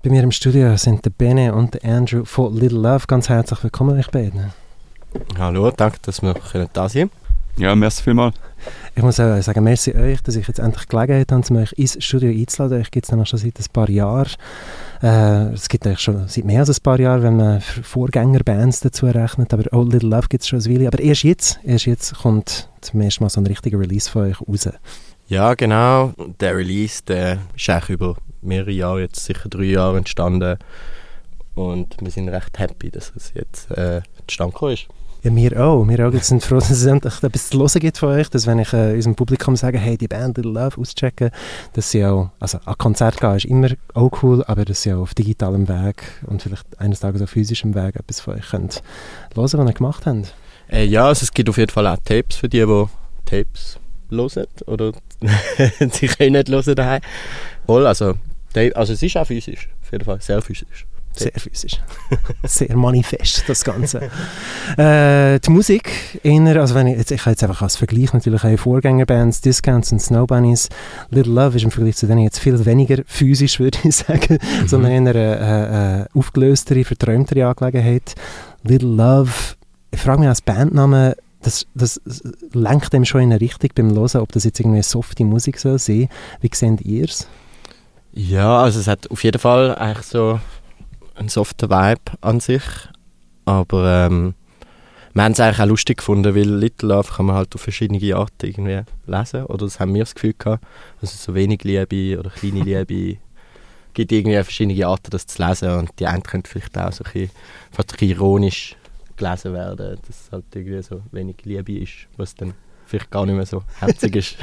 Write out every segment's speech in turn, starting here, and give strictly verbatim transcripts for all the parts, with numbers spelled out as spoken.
Bei mir im Studio sind der Bene und der Andrew von Little Love. Ganz herzlich willkommen euch beiden. Hallo, danke, dass wir da sind. Ja, merci vielmals. Ich muss auch sagen, merci euch, dass ich jetzt endlich Gelegenheit habe, um euch ins Studio einzuladen. Euch gibt es nämlich schon seit ein paar Jahren. Äh, es gibt euch schon seit mehr als ein paar Jahren, wenn man Vorgängerbands dazu rechnet. Aber auch Little Love gibt es schon ein Weile. Aber erst jetzt, erst jetzt kommt zum ersten Mal so ein richtiger Release von euch raus. Ja, genau. Der Release, der ist eigentlich über mehrere Jahre, jetzt sicher drei Jahre entstanden. Und wir sind recht happy, dass es jetzt äh, zustande gekommen ist. Ja, wir auch. Wir auch sind froh, dass es endlich etwas zu hören gibt von euch. Dass wenn ich äh, unserem Publikum sage, hey, die Band Little Love auschecken, dass sie auch, also an Konzert gehen ist immer auch cool, aber dass sie auch auf digitalem Weg und vielleicht eines Tages auf physischem Weg etwas von euch könnt hören, was ihr gemacht habt. Äh, ja, also es gibt auf jeden Fall auch Tapes für die, die Tapes hören oder sie können nicht hören daheim. Wohl, also, also es ist auch physisch, auf jeden Fall, sehr physisch. Sehr physisch. Sehr manifest, das Ganze. äh, die Musik, eher, also wenn ich, jetzt, ich habe jetzt einfach als Vergleich natürlich auch Vorgängerbands, Discounts und Snow Bunnies. Little Love ist im Vergleich zu denen jetzt viel weniger physisch, würde ich sagen, mhm. sondern eher eine äh, äh, aufgelöstere, verträumtere Angelegenheit. Little Love, ich frage mich als Bandname, das, das lenkt dem schon in eine Richtung beim Hören, ob das jetzt irgendwie softe Musik soll sein. Wie seht ihr es? Ja, also es hat auf jeden Fall eigentlich so ein softer Vibe an sich, aber ähm, wir haben es eigentlich auch lustig gefunden, weil Little Love kann man halt auf verschiedene Arten irgendwie lesen, oder das haben wir das Gefühl gehabt, also so wenig Liebe oder kleine Liebe gibt irgendwie verschiedene Arten, das zu lesen, und die einen können vielleicht auch so ein bisschen, fast ein bisschen ironisch gelesen werden, dass es halt irgendwie so wenig Liebe ist, was dann vielleicht gar nicht mehr so herzig ist.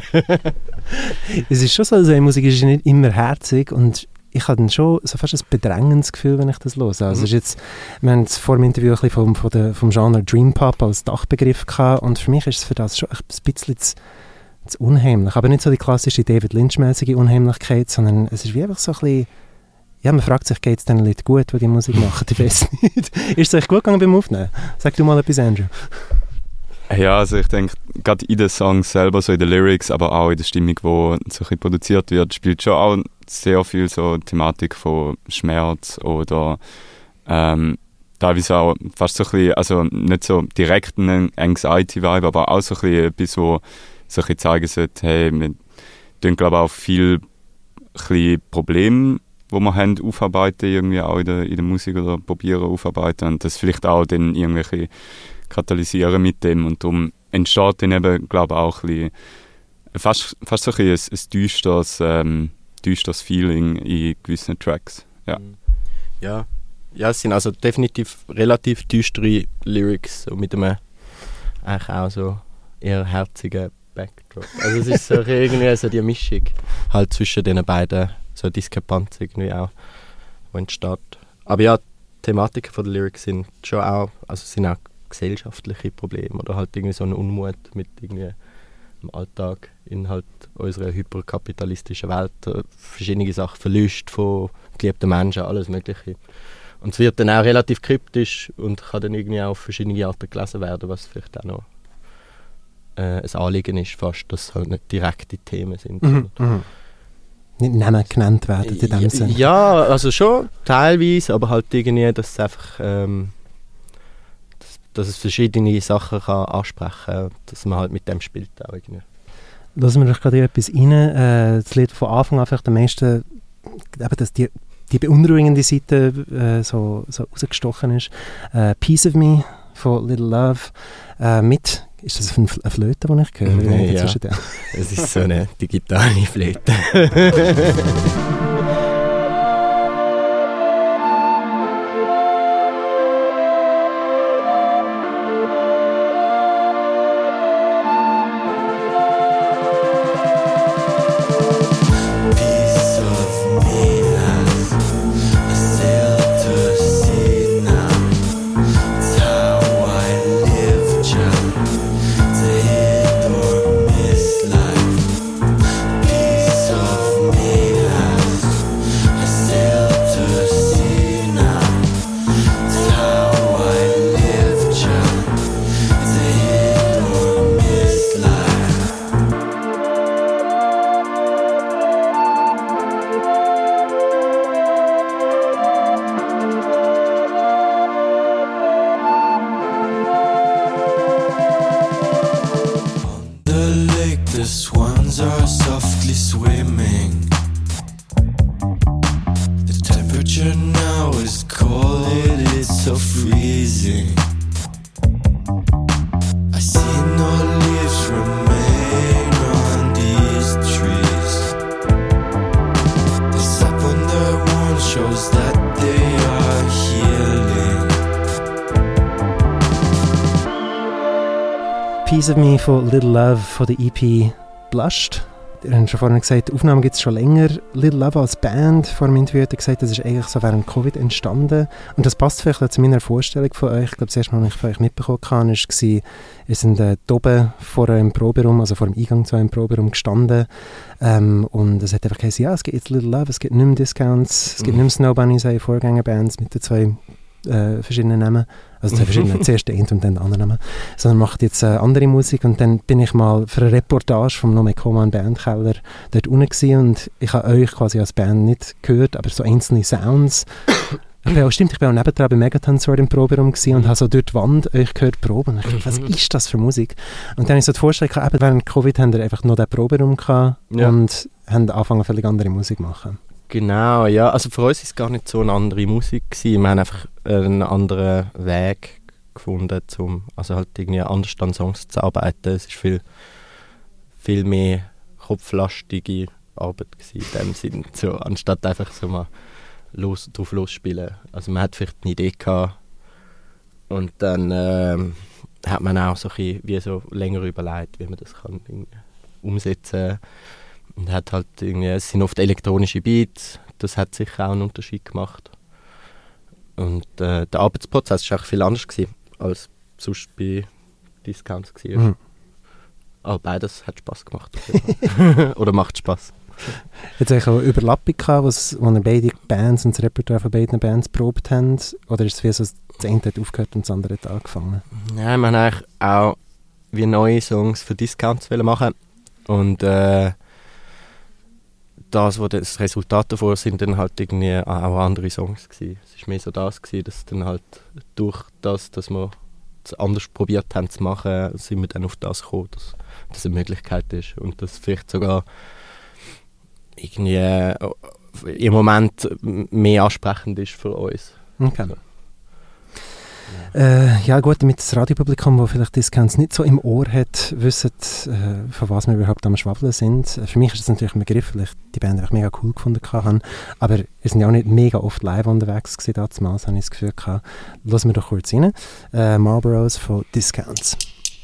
Es ist schon so, also Musik ist nicht immer herzig, und ich habe dann schon so fast ein bedrängendes Gefühl, wenn ich das höre. Also mhm. ist jetzt, wir haben jetzt vor dem Interview ein bisschen vom, vom, der, vom Genre Dream Pop als Dachbegriff gehabt, und für mich ist es für das schon ein bisschen zu, zu unheimlich. Aber nicht so die klassische David Lynch-mäßige Unheimlichkeit, sondern es ist wie einfach so ein bisschen, ja, man fragt sich, geht es den Leuten gut, die die Musik machen? Ich weiß nicht. Ist es euch gut gegangen beim Aufnehmen? Sag du mal etwas, Andrew. Ja, also ich denke, gerade in den Songs selber, so in den Lyrics, aber auch in der Stimmung, die so ein bisschen produziert wird, spielt schon auch sehr viel so Thematik von Schmerz oder ähm, teilweise auch fast so ein bisschen, also nicht so direkt ein Anxiety-Vibe, aber auch so ein bisschen etwas, wo so ein bisschen zeigen sollte, hey, wir tun, glaube ich, auch viel Probleme, die wir haben, aufarbeiten, irgendwie auch in der, in der Musik, oder probieren aufarbeiten, und das vielleicht auch dann irgendwelche katalysieren mit dem, und darum entsteht dann eben, glaube ich, auch ein bisschen, fast, fast so ein, bisschen ein, ein düsteres, ähm, düsteres Feeling in gewissen Tracks. Ja. Ja. Ja, es sind also definitiv relativ düstere Lyrics, so mit einem eigentlich auch so eher herzigen Backdrop. Also es ist so irgendwie so die Mischung halt zwischen den beiden, so eine Diskrepanz irgendwie auch, die entsteht. Aber ja, die Thematiken der Lyrics sind schon auch, also sind auch gesellschaftliche Probleme oder halt irgendwie so ein Unmut mit irgendwie im Alltag in halt unserer hyperkapitalistischen Welt, verschiedene Sachen, Verlust von geliebten Menschen, alles Mögliche. Und es wird dann auch relativ kryptisch und kann dann irgendwie auch auf verschiedene Arten gelesen werden, was vielleicht auch noch äh, ein Anliegen ist, fast, dass es halt nicht direkte Themen sind. Mhm, mhm. Nicht Namen genannt werden in dem Sinne. Ja, also schon teilweise, aber halt irgendwie, dass es einfach ähm, dass es verschiedene Sachen kann ansprechen kann, dass man halt mit dem spielt auch irgendwie. Lassen wir doch gerade etwas rein. Äh, das Lied von Anfang an vielleicht am meisten, eben, dass die, die beunruhigende Seite äh, so, so rausgestochen ist. Äh, Piece of Me von Little Love äh, mit, ist das eine Flöte, die ich höre? Nee, ja, es ist so eine digitale Flöte. Piece of me has it's cold and it's so freezing. I see no leaves remain on these trees. The sap on the wound shows that they are healing. Piece of Me von Little Love von der E P Blushed. Ihr habt schon vorhin gesagt, die Aufnahme gibt es schon länger. Little Love als Band, vor dem Interview hat er gesagt, das ist eigentlich so während Covid entstanden. Und das passt vielleicht auch zu meiner Vorstellung von euch. Ich glaube, das erste Mal, als ich von euch mitbekommen habe, war, ihr sind äh, oben vor einem Proberaum, also vor dem Eingang zu einem Proberaum gestanden. Ähm, und es hat einfach gesagt, ja, es gibt jetzt Little Love, es gibt nicht mehr Discounts, es gibt nicht mehr Snow Bunnies, Vorgängerbands mit den zwei äh, verschiedenen Namen. Also zwei verschiedene, zuerst den einen und dann den anderen Namen. Sondern macht jetzt äh, andere Musik. Und dann bin ich mal für eine Reportage vom Nomekoma Bandkeller dort unten gewesen und ich habe euch quasi als Band nicht gehört, aber so einzelne Sounds. Ich bin auch, stimmt, ich bin auch nebendran bei Megaton Sword im Proberaum gewesen und habe so durch die Wand euch gehört proben. Und ich dachte, was ist das für Musik? Und dann habe ich so die Vorstellung gehabt, eben während Covid haben wir einfach nur den Proberaum gehabt ja. und haben angefangen, völlig andere Musik zu machen. Genau, ja. Also für uns war es gar nicht so eine andere Musik gewesen. Wir haben einfach einen anderen Weg gefunden, um also halt irgendwie anders an Songs zu arbeiten. Es war viel, viel mehr kopflastige Arbeit gewesen, in dem Sinn. So, anstatt einfach so mal los, drauf losspielen. Also man hat vielleicht eine Idee gehabt und dann ähm, hat man auch so ein bisschen wie so länger überlegt, wie man das kann umsetzen kann. Und hat halt irgendwie, es sind oft elektronische Beats, das hat sicher auch einen Unterschied gemacht. Und äh, der Arbeitsprozess war auch viel anders gewesen, als sonst bei Discounts war. Mhm. Aber beides hat Spass gemacht. Oder macht Spass. Hat es auch eine Überlappung gehabt, was, wo beide Bands und das Repertoire von beiden Bands probt haben? Oder ist es wie so, das eine hat aufgehört und das andere hat angefangen? Nein, wir haben eigentlich auch wie neue Songs für Discounts machen. Und äh, das, wo das Resultat davon sind, dann halt irgendwie auch andere Songs gewesen. Es war mehr so das gewesen, dass dann halt durch das, dass wir es anders probiert haben zu machen, sind wir dann auf das gekommen, dass das eine Möglichkeit ist und dass vielleicht sogar irgendwie äh, im Moment mehr ansprechend ist für uns. Okay. So. Äh, ja gut, damit das Radiopublikum, das vielleicht Discounts nicht so im Ohr hat, wissen, äh, von was wir überhaupt am Schwafeln sind. Für mich ist das natürlich ein Begriff, weil ich die Band einfach mega cool gefunden habe. Aber wir sind ja auch nicht mega oft live unterwegs gewesen, damals habe ich das Gefühl gehabt. Lassen wir doch kurz rein. Äh, Marlboros von Discounts.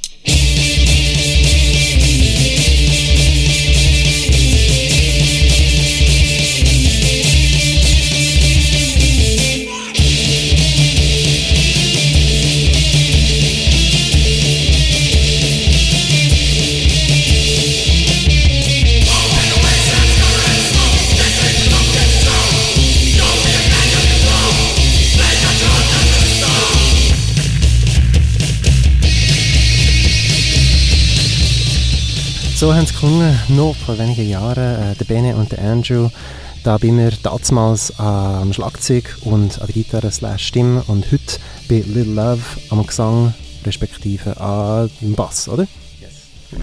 So haben es gelungen, noch vor wenigen Jahren, äh, der Bene und der Andrew, da bei mir damals äh, am Schlagzeug und an der Gitarre slash Stimme und heute bei Little Love am Gesang, respektive an dem Bass, oder? Yes, genau.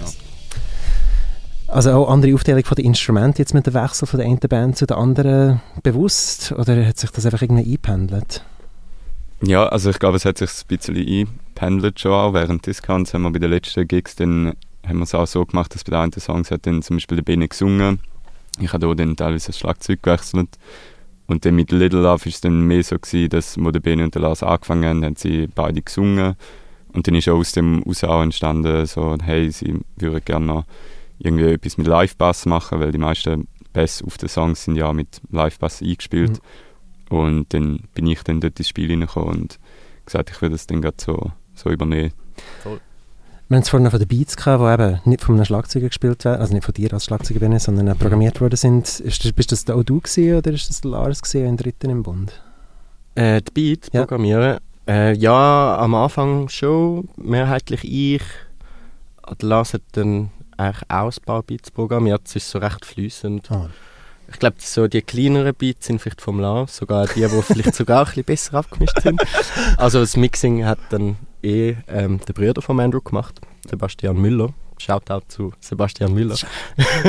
Also auch andere Aufteilung von den Instrumenten jetzt mit dem Wechsel von der einen Band zu der anderen bewusst, oder hat sich das einfach irgendwie eingependelt? Ja, also ich glaube, es hat sich ein bisschen eingependelt schon auch. Während Discounts haben wir bei den letzten Gigs dann haben wir es auch so gemacht, dass bei den einen Songs hat dann zum Beispiel der Bene gesungen. Ich habe auch dann teilweise das Schlagzeug gewechselt. Und dann mit Little Love war es dann mehr so gewesen, dass wo der Bene und der Lars angefangen haben, haben sie beide gesungen. Und dann ist auch aus dem raus auch entstanden, so, hey, sie würden gerne noch irgendwie etwas mit Live-Bass machen, weil die meisten Bass auf den Songs sind ja mit Live-Bass eingespielt. Mhm. Und dann bin ich dann dort ins Spiel hineingekommen und gesagt, ich will das dann gerade so, so übernehmen. Voll. Wir haben es vorhin von den Beats gehabt, die eben nicht von einem Schlagzeuger gespielt werden, also nicht von dir als Schlagzeuger, bin, sondern programmiert worden sind. Ist das, bist das auch du gewesen, oder ist das Lars gewesen, ein Dritten im Bund? Äh, die Beats ja. programmieren? Äh, ja, am Anfang schon, mehrheitlich ich. Der Lars hat dann eigentlich auch ein paar Beats programmiert, es ist so recht fließend. Oh. Ich glaube, so die kleineren Beats sind vielleicht vom Lars, sogar die, die vielleicht sogar ein bisschen besser abgemischt sind. Also das Mixing hat dann eh ähm, der Bruder von Andrew gemacht, Sebastian Müller. Shoutout zu Sebastian Müller.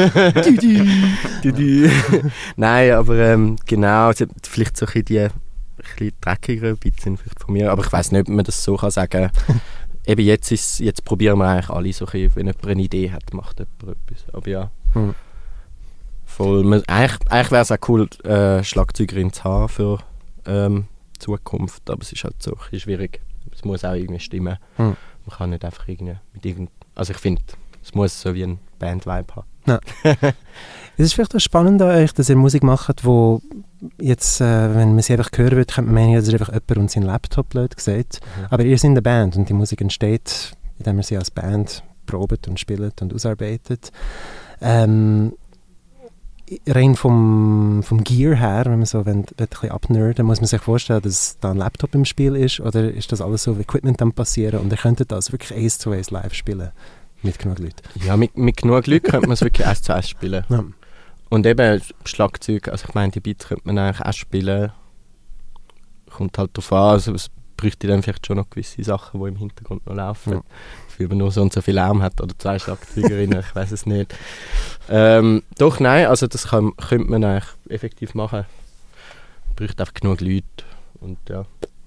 Nein, aber ähm, genau, vielleicht so ein bisschen die bisschen dreckigere Beats sind vielleicht von mir, aber ich weiß nicht, ob man das so kann sagen. Eben jetzt, ist, jetzt probieren wir eigentlich alle so ein bisschen, wenn jemand eine Idee hat, macht jemand etwas. Aber ja, Hm. voll. Man, eigentlich eigentlich wäre es auch cool, äh, Schlagzeugerin zu haben für ähm, Zukunft, aber es ist halt so ein bisschen schwierig. Es muss auch irgendwie stimmen. Hm. Man kann nicht einfach irgendwie mit irgend... Also ich finde, es muss so wie ein Band-Vibe haben. Ja. Es ist vielleicht auch spannend an euch, dass ihr Musik macht, wo jetzt, äh, wenn man sie einfach hören würde, könnte man meinen, das ist einfach jemand und sein Laptop, blöd gesagt. Mhm. Aber ihr seid eine Band und die Musik entsteht, indem ihr sie als Band probt und spielt und ausarbeitet. Ähm, rein vom, vom Gear her, wenn man so wenn, wenn ein bisschen abnerden, muss man sich vorstellen, dass da ein Laptop im Spiel ist, oder ist das alles so auf Equipment am passieren und ihr könntet das wirklich eins zu eins live spielen mit genug Leuten? Ja, mit, mit genug Leuten könnte man es wirklich eins zu eins spielen. Ja. Und eben Schlagzeug, also ich meine, die Beats könnte man eigentlich auch spielen. Kommt halt darauf an, also es bräuchte dann vielleicht schon noch gewisse Sachen, die im Hintergrund noch laufen. Ja. Weil man nur so und so viel Lärm hat oder zwei Schlagzeugerinnen, ich weiß es nicht. Ähm, doch, nein, also das kann, könnte man eigentlich effektiv machen. Bräuchte einfach genug Leute und ja.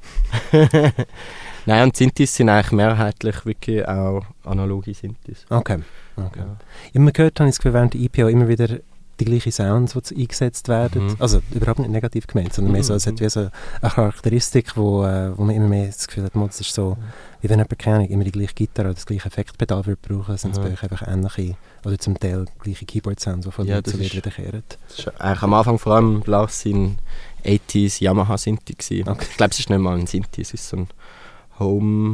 Nein, und Synthes sind eigentlich mehrheitlich wirklich auch analoge Synthes. Okay. okay. Ja. Immer gehört habe ich das Gefühl, während der E P auch immer wieder die gleichen Sounds, die eingesetzt werden. Mhm. Also überhaupt nicht negativ gemeint, sondern mehr so, es hat wie so eine Charakteristik, wo, äh, wo man immer mehr das Gefühl hat, es ist so, wie wenn jemand, keine Ahnung, immer die gleiche Gitarre oder das gleiche Effektpedal würde brauchen, sind es Mhm. bei euch einfach ähnliche, oder zum Teil gleiche Keyboard-Sounds, die von Ja, Lied zu das Lied ist- wiederkehren. Das war eigentlich am Anfang vor allem Lars sein achtziger Yamaha Synthi gewesen. Okay. Ich glaube, es ist nicht mal ein Synthi, es ist so ein Home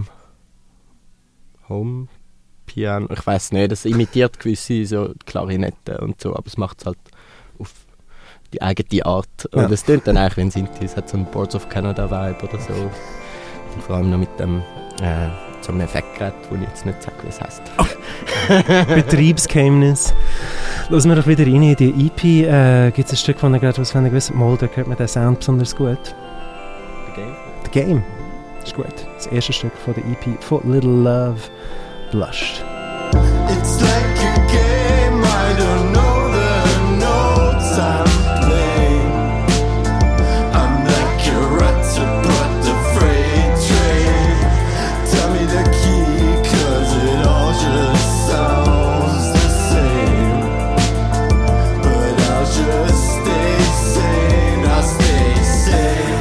Home Piano. Ich weiß nicht, das imitiert gewisse so Klarinetten und so, aber es macht es halt auf die eigene Art. Und Ja. es tönt dann eigentlich wie ein Synthi. Es hat so einen Boards of Canada Vibe oder so. Und vor allem noch mit dem äh, so einem Effektgerät, wo ich jetzt nicht sage, wie es heisst. Betriebsgeheimnis. Lassen wir doch wieder rein in die E P. Äh, Gibt es ein Stück von der gerade auswendig wissen? Mal, da hört man den Sound besonders gut. The Game. The Game. Ist gut. Das erste Stück von der E P von Little Love, Blushed. It's like a game, I don't know the notes I'm playing. I'm like a rat but the freight train. Tell me the key, cause it all just sounds the same. But I'll just stay sane, I'll stay sane.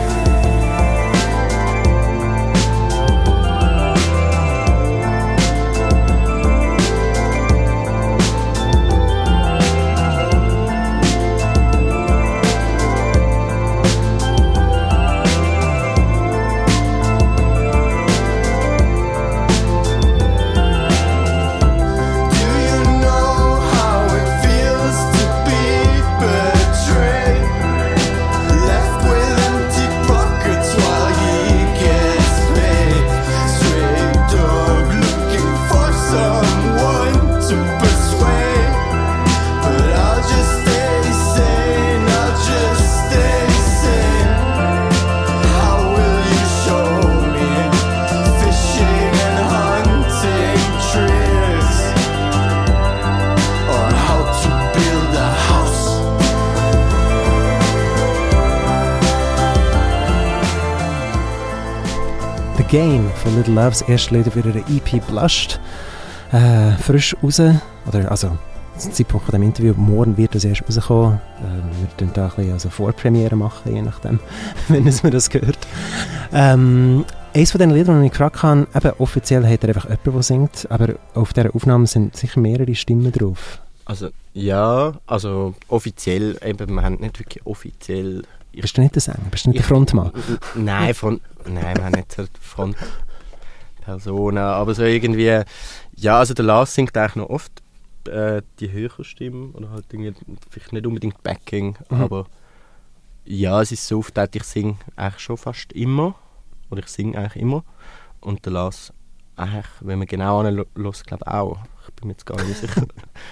Game von Little Love, das erste Lied auf ihrer E P Blushed. Äh, frisch raus, oder also zum Zeitpunkt von dem Interview, morgen wird das erst rauskommen. Äh, wir werden da ein bisschen also Vorpremiere machen, je nachdem, wenn es mir das gehört. Ähm, eines von den Liedern, die ich gefragt habe, eben offiziell hat er einfach jemanden, der singt, aber auf dieser Aufnahme sind sicher mehrere Stimmen drauf. Also, ja, also offiziell, eben, wir haben nicht wirklich offiziell... Ich, Bist du nicht der Sänger? Bist du nicht der ich- Frontmann? n- Nein, Front, nein, wir haben nicht so Frontpersonen, aber so irgendwie... Ja, also der Lars singt eigentlich noch oft äh, die höhere Stimme oder halt irgendwie, vielleicht nicht unbedingt Backing, Mhm. aber ja, es ist so aufgeteilt, ich singe eigentlich schon fast immer, oder ich singe eigentlich immer, und der Lars eigentlich, wenn man genau anhört, glaube ich auch. Ich bin mir jetzt gar nicht sicher.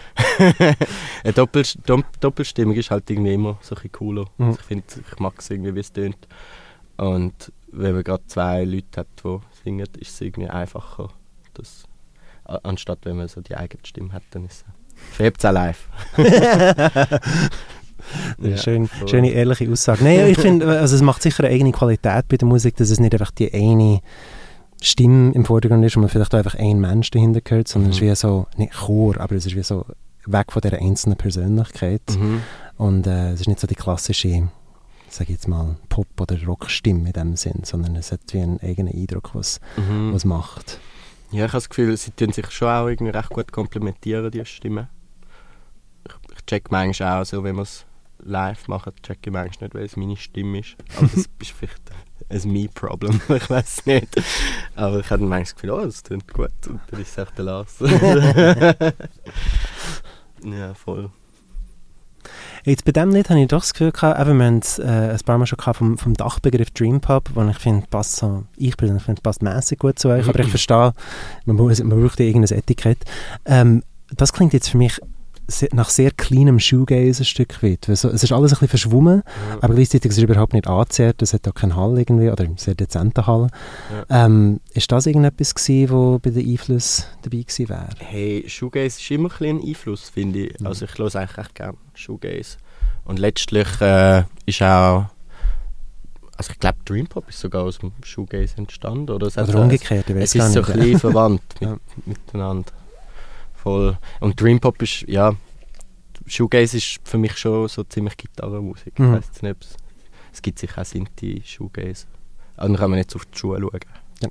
Eine Doppel, Dom- Doppelstimmung ist halt irgendwie immer so ein bisschen cooler. Mhm. Also ich finde, ich mag es irgendwie, wie es tönt. Und wenn man gerade zwei Leute hat, die singen, ist es irgendwie einfacher. Das, a- anstatt wenn man so die eigene Stimme hat, dann ist es... Verhebt es auch live. Ja, schön, voll. schöne, ehrliche Aussage. Nein, ich finde, also es macht sicher eine eigene Qualität bei der Musik, dass es nicht einfach die eine Stimme im Vordergrund ist und man vielleicht auch einfach ein Mensch dahinter gehört, sondern Mhm. es ist wie so, nicht Chor, aber es ist wie so weg von dieser einzelnen Persönlichkeit. Mhm. Und äh, es ist nicht so die klassische, sage ich jetzt mal, Pop- oder Rockstimme in dem Sinn, sondern es hat wie einen eigenen Eindruck, was Mhm. was macht. Ja, ich habe das Gefühl, sie tun sich schon auch irgendwie recht gut komplementieren, die Stimmen. Ich, ich check manchmal auch so, wenn wir es live machen, check ich manchmal nicht, weil es meine Stimme ist. Aber das ist vielleicht ein Me-Problem, ich weiß es nicht. Aber ich habe dann manchmal das Gefühl, oh, das klingt gut. Und dann ist es echt der Lars. Ja, voll. Jetzt bei diesem Lied habe ich doch das Gefühl gehabt, eben, wir haben es äh, ein paar Mal schon gehabt vom, vom Dachbegriff Dream Pop, wo ich finde, passt so, ich persönlich finde, passt mäßig gut zu euch, aber ich verstehe, man, muss, man braucht ja irgendein Etikett. Ähm, das klingt jetzt für mich sehr, nach sehr kleinem Shoegaze ein Stück weit. Weil so, es ist alles ein bisschen verschwommen, Ja. aber gleichzeitig ist es überhaupt nicht angezerrt, es hat auch keinen Hall irgendwie, oder einen sehr dezenten Hall. Ja. Ähm, ist das irgendetwas gewesen, wo bei den Einflüssen dabei gewesen wäre? Hey, Shoegaze ist immer ein bisschen ein Einfluss, finde ich. Mhm. Also ich höre eigentlich echt gerne Shoegaze. Und letztlich äh, ist auch, also ich glaube Dream Pop ist sogar aus dem Shoegaze entstanden. Oder, es hat Oder so- umgekehrt, ich weiß Es gar ist so nicht. ein bisschen verwandt mit, Ja. miteinander. Voll. Und Dream Pop ist, ja, Shoegaze ist für mich schon so ziemlich Gitarrenmusik. Mhm. Ich weiss jetzt nicht, ob es, es gibt sicher auch Sinti Shoegaze. Aber dann kann man jetzt auf die Schuhe schauen.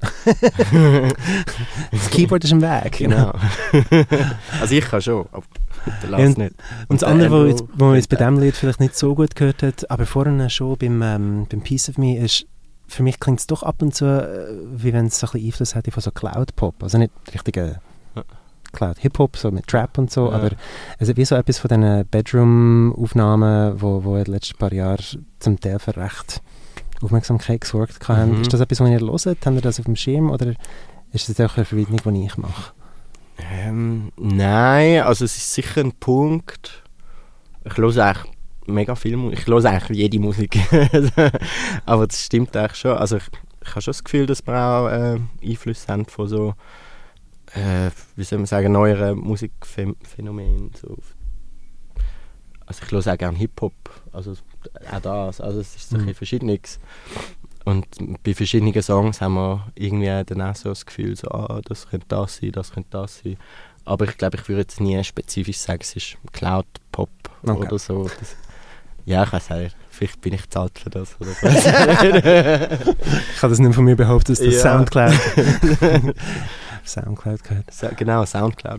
Das Keyboard ist im Weg. Genau. Also ich kann schon, aber der Lars Und- nicht. Und das der andere, wo, Andrew jetzt, wo man jetzt bei kennt diesem Lied vielleicht nicht so gut gehört hat, aber vorhin schon beim, ähm, beim Piece of Me, ist, für mich klingt es doch ab und zu, äh, wie wenn es so ein bisschen Einfluss hätte von so Cloud-Pop. Also nicht richtige Ja. Cloud-Hip-Hop, so mit Trap und so, Ja. aber es ist wie so etwas von diesen Bedroom-Aufnahmen, wo, wo in den letzten paar Jahren zum Teil für recht Aufmerksamkeit gesorgt haben. Mhm. Ist das etwas, was ihr hört? Habt ihr das auf dem Schirm oder ist das auch eine Verweigerung, die ich mache? Ähm, nein, also es ist sicher ein Punkt. Ich höre eigentlich mega viel Musik. Ich höre eigentlich jede Musik. Aber das stimmt eigentlich schon. Also ich, ich habe schon das Gefühl, dass wir auch äh, Einflüsse haben von so, äh, wie soll man sagen, neueren Musikphänomenen. So. Also ich höre auch gerne Hip-Hop. Also auch das. Also es ist so ein Mhm. bisschen Verschiedenes. Und bei verschiedenen Songs haben wir irgendwie dann auch so das Gefühl, so, ah, das könnte das sein, das könnte das sein. Aber ich glaube, ich würde jetzt nie spezifisch sagen, es ist Cloud-Pop Okay. oder so. Das, ja, ich weiß nicht. Vielleicht bin ich zu alt für das. Oder so. Ich kann das nicht von mir behaupten, dass das Ja. Soundcloud Soundcloud gehört. Sa- genau, Soundcloud.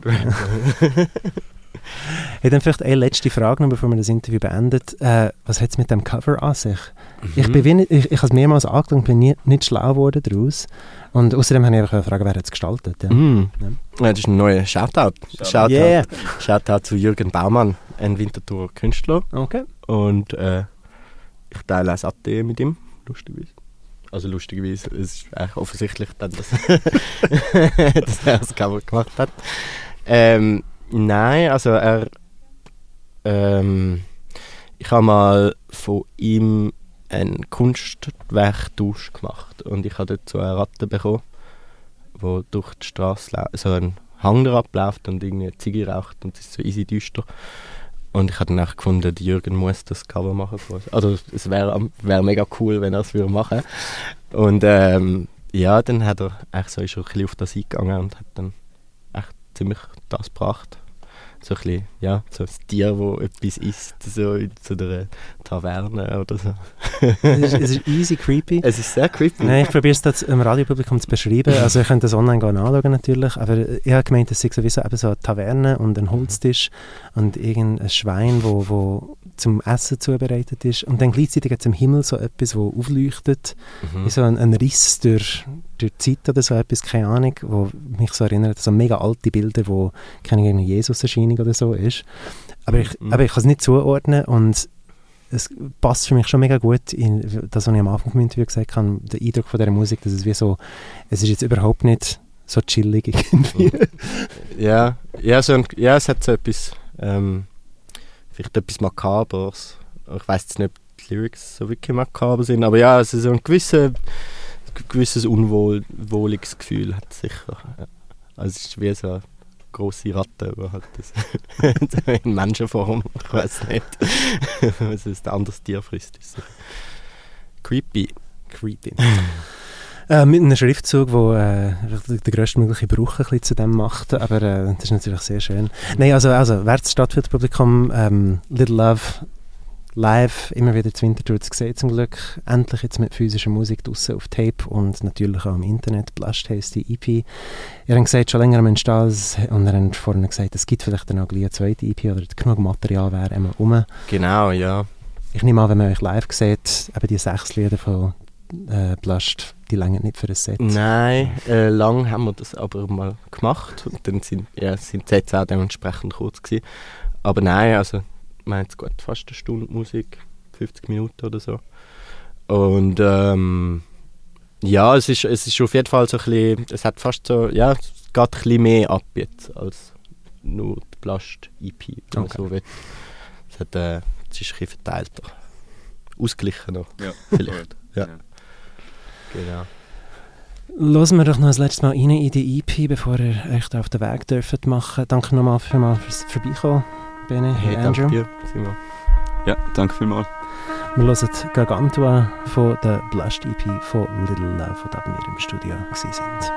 Hey, dann vielleicht eine letzte Frage noch, bevor wir das Interview beendet. Äh, was hat es mit dem Cover an sich? Ich, bin wie nicht, ich, ich habe es mehrmals angeschaut und bin nie, nicht schlau geworden daraus. Und außerdem habe ich einfach eine Frage, wer hat es gestaltet? Ja. Mm. Ja. Ja, das ist ein neuer Shoutout. Shoutout, Yeah. Shoutout zu Jürgen Baumann, ein Winterthurer Künstler. Okay. Und äh, ich teile ein Atelier mit ihm, lustigerweise. Also lustigerweise, es ist eigentlich offensichtlich, dann, dass, dass er das Cover gemacht hat. Ähm, nein, also er... Ähm, ich habe mal von ihm einen Kunstwerktausch gemacht und ich habe dazu eine Ratte bekommen, die durch die Straße lau- so einen Hang da abläuft und irgendwie eine Ziege raucht und es ist so easy düster. Und ich habe dann auch gefunden, der Jürgen muss das Cover machen. für uns. Also es wäre wär mega cool, wenn er es würde machen. Und ähm, ja, dann hat er eigentlich so, ist er ein bisschen auf das eingegangen und hat dann echt ziemlich das gebracht. So ein bisschen, ja, so ein Tier, das etwas isst, so in so einer Taverne oder so. Es ist, es ist easy creepy. Es ist sehr creepy. Nein, ich probiere es das im Radiopublikum zu beschreiben. Also ich könnte das online gehen anschauen natürlich, aber ich habe gemeint, es sei sowieso eben so eine Taverne und ein Holztisch und irgendein Schwein, wo, wo zum Essen zubereitet ist und dann gleichzeitig hat es im Himmel so etwas, wo aufleuchtet, Mhm. wie so ein, ein Riss durch, durch die Zeit oder so etwas, keine Ahnung, wo mich so erinnert, so mega alte Bilder, wo keine Ahnung, Jesus-Erscheinung oder so ist. Aber ich, Mhm. aber ich kann es nicht zuordnen und es passt für mich schon mega gut in das, was ich am Anfang vom Interview gesagt habe, der Eindruck von dieser Musik, dass es wie so, es ist jetzt überhaupt nicht so chillig irgendwie. Ja, ja, so ein, ja, es hat so etwas, ähm, vielleicht etwas Makabers. Ich weiss jetzt nicht, ob die Lyrics so wirklich makaber sind, aber ja, es ist so ein gewisser, gewisses unwohliges Gefühl hat es sicher. Ja. Also es ist wie so grosse Ratte, die halt das in Menschenform, ich weiß nicht, was es ein anderes Tier frisst. Ist so creepy. Creepy. Äh, mit einem Schriftzug, der äh, den grösstmöglichen Bruch ein bisschen zu dem macht, aber äh, das ist natürlich sehr schön. Nein, also, also wertes Stadtfilterpublikum, ähm, Little Love live, immer wieder zu Winterthur zu sehen zum Glück, endlich jetzt mit physischer Musik draussen auf Tape und natürlich auch im Internet, Blushed heisst die E P. Ihr habt gesagt, schon länger am Entstehen und ihr habt vorhin gesagt, es gibt vielleicht dann auch gleich eine zweite E P oder genug Material wäre immer rum. Genau, ja. Ich nehme an, wenn man euch live sieht, eben die sechs Lieder von äh, Blushed, die länger nicht für ein Set. Nein, äh, lang haben wir das aber mal gemacht und dann sind, ja, sind die Sets auch dementsprechend kurz gewesen. Aber nein, also wir haben jetzt gut fast eine Stunde Musik, fünfzig Minuten oder so. Und ähm, ja, es ist, es ist auf jeden Fall so ein bisschen, es hat fast so, ja, es geht ein bisschen mehr ab jetzt als nur die Blushed-E P, wenn man Okay. so will. Es, hat, äh, es ist ein bisschen verteilter. Ausgeglichener, Ja. vielleicht. Ja. Ja. Genau. Hören wir doch noch das letzte Mal rein in die E P, bevor ihr euch da auf den Weg dürft machen. Danke nochmal für mal fürs Vorbeikommen, Bene. Hey, Andrew. danke dir, Simon. Ja, danke vielmals. Wir hören Gargantua von der Blushed E P von Little Love, wo da bei mir im Studio gewesen sind.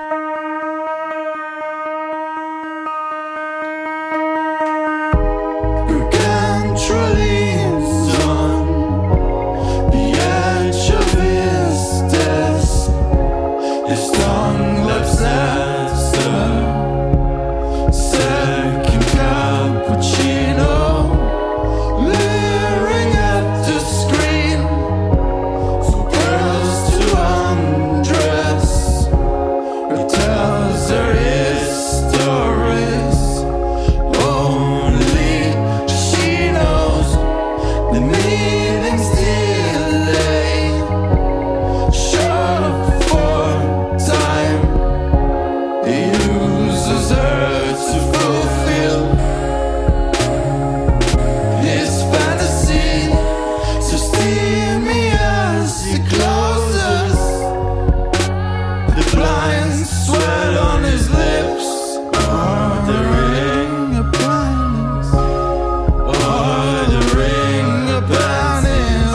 Gargantua's on the edge of his desk. His tongue laps at the second cappuccino, leering at the screen for girls to undress. He tells her his stories. Only she knows the meaning's delayed. Short for time, he uses her to fulfill his fantasy. So steamy as he closes, the blind sweat on his lips, ordering a blindness, ordering a blindness.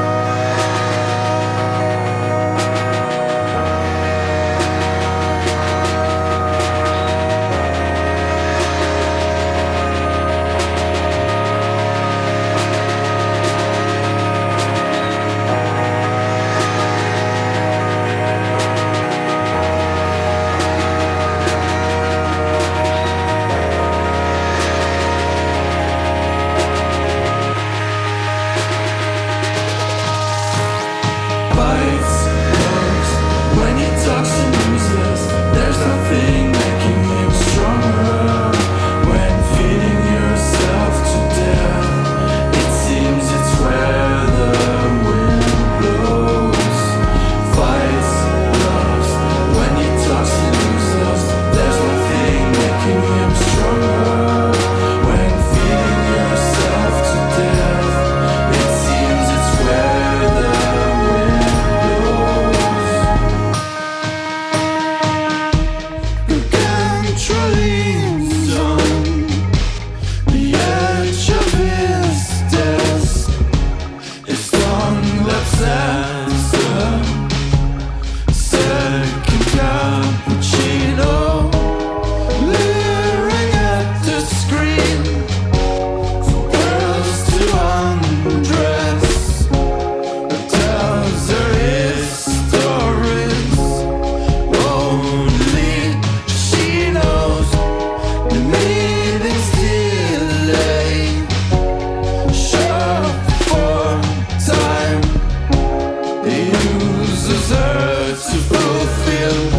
Bites, looks, when he talks and uses, there's nothing making him stronger. When feeding yourself to death, it seems it's where the wind blows. Fights, loves, when he talks and uses, there's nothing making him stronger. When feeding yourself to death, it seems it's where the wind Gargantua's on the edge of his desk. His tongue laps at the second cappuccino, leering at the screen for girls to undress. Tells her his stories. Only she knows the meaning's delayed. Short for time, he uses her to fulfill